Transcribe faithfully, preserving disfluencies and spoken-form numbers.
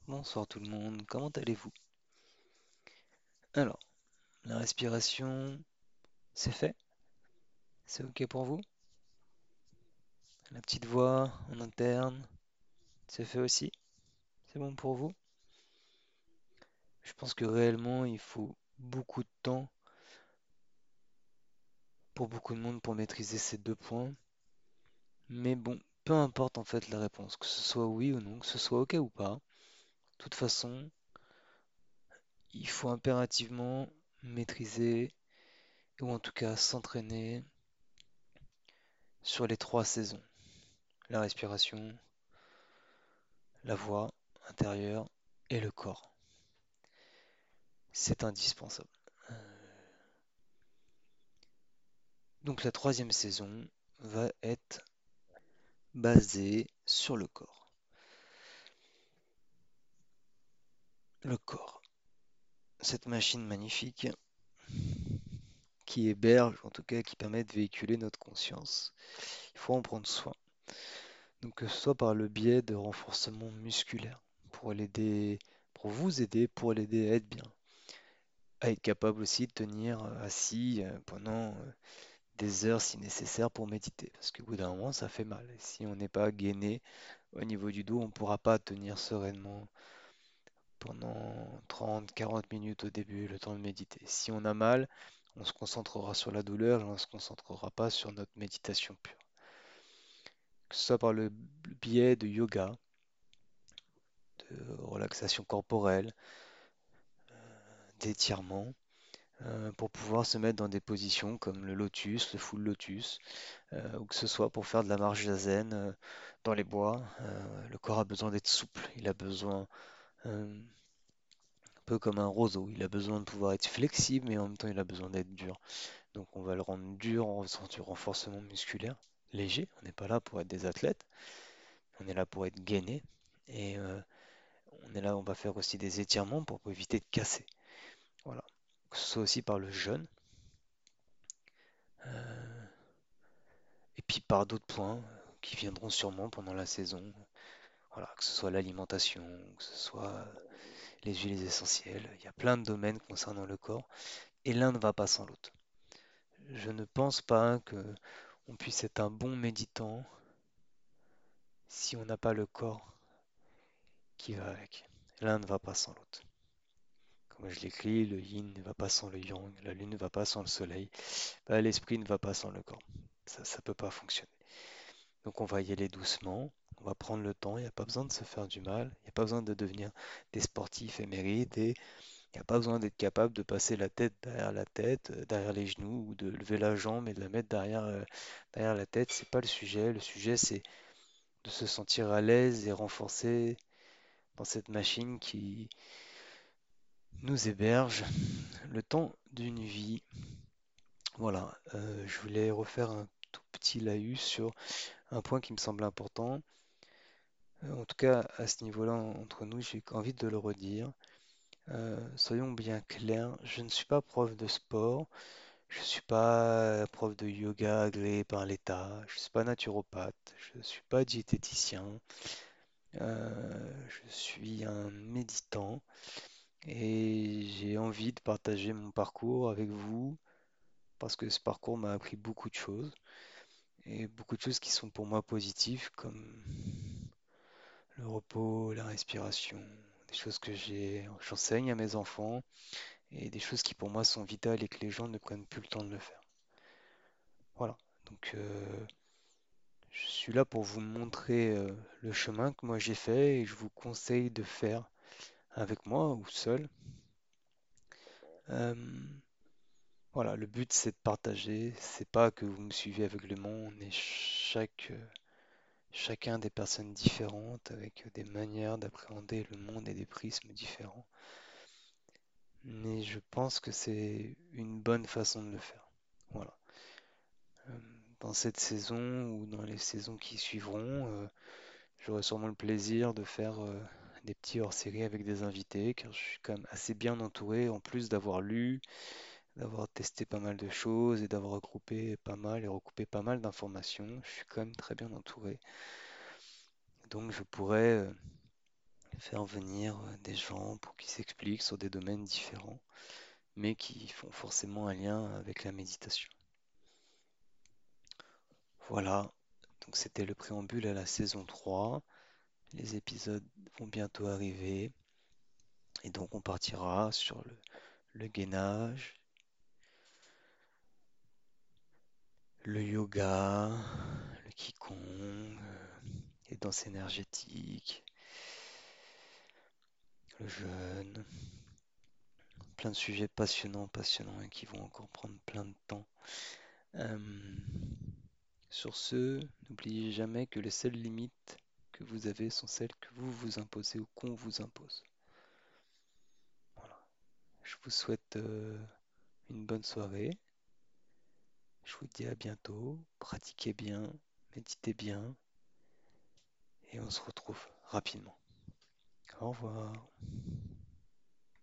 Bonsoir tout le monde, comment allez-vous? Alors, la respiration, c'est fait? C'est ok pour vous? La petite voix en interne, c'est fait aussi? C'est bon pour vous? Je pense que réellement, il faut beaucoup de temps pour beaucoup de monde pour maîtriser ces deux points. Mais bon, peu importe en fait la réponse, que ce soit oui ou non, que ce soit ok ou pas. De toute façon, il faut impérativement maîtriser, ou en tout cas s'entraîner sur les trois saisons. La respiration, la voix intérieure et le corps. C'est indispensable. Donc la troisième saison va être basée sur le corps. Le corps, cette machine magnifique qui héberge, en tout cas qui permet de véhiculer notre conscience. Il faut en prendre soin. Donc que ce soit par le biais de renforcement musculaire pour l'aider, pour vous aider, pour l'aider à être bien, à être capable aussi de tenir euh, assis euh, pendant euh, des heures si nécessaire pour méditer, parce qu'au bout d'un moment ça fait mal. Et si on n'est pas gainé au niveau du dos, on ne pourra pas tenir sereinement pendant trente, quarante minutes au début, le temps de méditer. Si on a mal, on se concentrera sur la douleur et on ne se concentrera pas sur notre méditation pure. Que ce soit par le biais de yoga, de relaxation corporelle, d'étirement, euh, pour pouvoir se mettre dans des positions comme le lotus, le full lotus, euh, ou que ce soit pour faire de la marche zazen euh, dans les bois. Euh, le corps a besoin d'être souple, il a besoin, euh, un peu comme un roseau, il a besoin de pouvoir être flexible, mais en même temps il a besoin d'être dur. Donc on va le rendre dur en faisant du renforcement musculaire, léger. On n'est pas là pour être des athlètes, on est là pour être gainé. Et euh, on est là, on va faire aussi des étirements pour éviter de casser. Voilà. Que ce soit aussi par le jeûne, euh, et puis par d'autres points euh, qui viendront sûrement pendant la saison. Voilà, que ce soit l'alimentation, que ce soit euh, les huiles essentielles. Il y a plein de domaines concernant le corps, et l'un ne va pas sans l'autre. Je ne pense pas que on puisse être un bon méditant si on n'a pas le corps qui va avec. L'un ne va pas sans l'autre. Comme je l'écris, le yin ne va pas sans le yang, la lune ne va pas sans le soleil, bah, l'esprit ne va pas sans le corps. Ça ne peut pas fonctionner. Donc on va y aller doucement, on va prendre le temps, il n'y a pas besoin de se faire du mal, il n'y a pas besoin de devenir des sportifs émérites et il n'y a pas besoin d'être capable de passer la tête derrière la tête, euh, derrière les genoux ou de lever la jambe et de la mettre derrière, euh, derrière la tête. C'est pas le sujet. Le sujet, c'est de se sentir à l'aise et renforcé dans cette machine qui nous héberge le temps d'une vie. Voilà, euh, je voulais refaire un tout petit laïus sur un point qui me semble important. Euh, En tout cas, à ce niveau-là, entre nous, j'ai envie de le redire. Euh, soyons bien clairs, je ne suis pas prof de sport, je ne suis pas prof de yoga agréé par l'État, je ne suis pas naturopathe, je ne suis pas diététicien, euh, je suis un méditant et j'ai envie de partager mon parcours avec vous parce que ce parcours m'a appris beaucoup de choses et beaucoup de choses qui sont pour moi positives comme le repos, la respiration, des choses que j'ai, j'enseigne à mes enfants et des choses qui pour moi sont vitales et que les gens ne prennent plus le temps de le faire. Voilà. Donc euh, je suis là pour vous montrer euh, le chemin que moi j'ai fait et je vous conseille de faire avec moi ou seul. Euh, voilà, le but c'est de partager, c'est pas que vous me suivez aveuglément, on est chaque, euh, chacun des personnes différentes avec des manières d'appréhender le monde et des prismes différents. Mais je pense que c'est une bonne façon de le faire. Voilà. Euh, Dans cette saison ou dans les saisons qui suivront, euh, j'aurai sûrement le plaisir de faire euh, des petits hors-série avec des invités, car je suis quand même assez bien entouré, en plus d'avoir lu, d'avoir testé pas mal de choses et d'avoir regroupé pas mal et recoupé pas mal d'informations. Je suis quand même très bien entouré. Donc je pourrais euh, faire venir euh, des gens pour qu'ils s'expliquent sur des domaines différents, mais qui font forcément un lien avec la méditation. Voilà, donc c'était le préambule à la saison trois. Les épisodes vont bientôt arriver, et donc on partira sur le, le gainage, le yoga, le qigong, euh, les danses énergétiques, le jeûne, plein de sujets passionnants, passionnants et qui vont encore prendre plein de temps. Euh, sur ce, n'oubliez jamais que les seules limites que vous avez sont celles que vous vous imposez ou qu'on vous impose. Voilà. Je vous souhaite euh, une bonne soirée. Je vous dis à bientôt. Pratiquez bien, méditez bien et on se retrouve rapidement. Au revoir.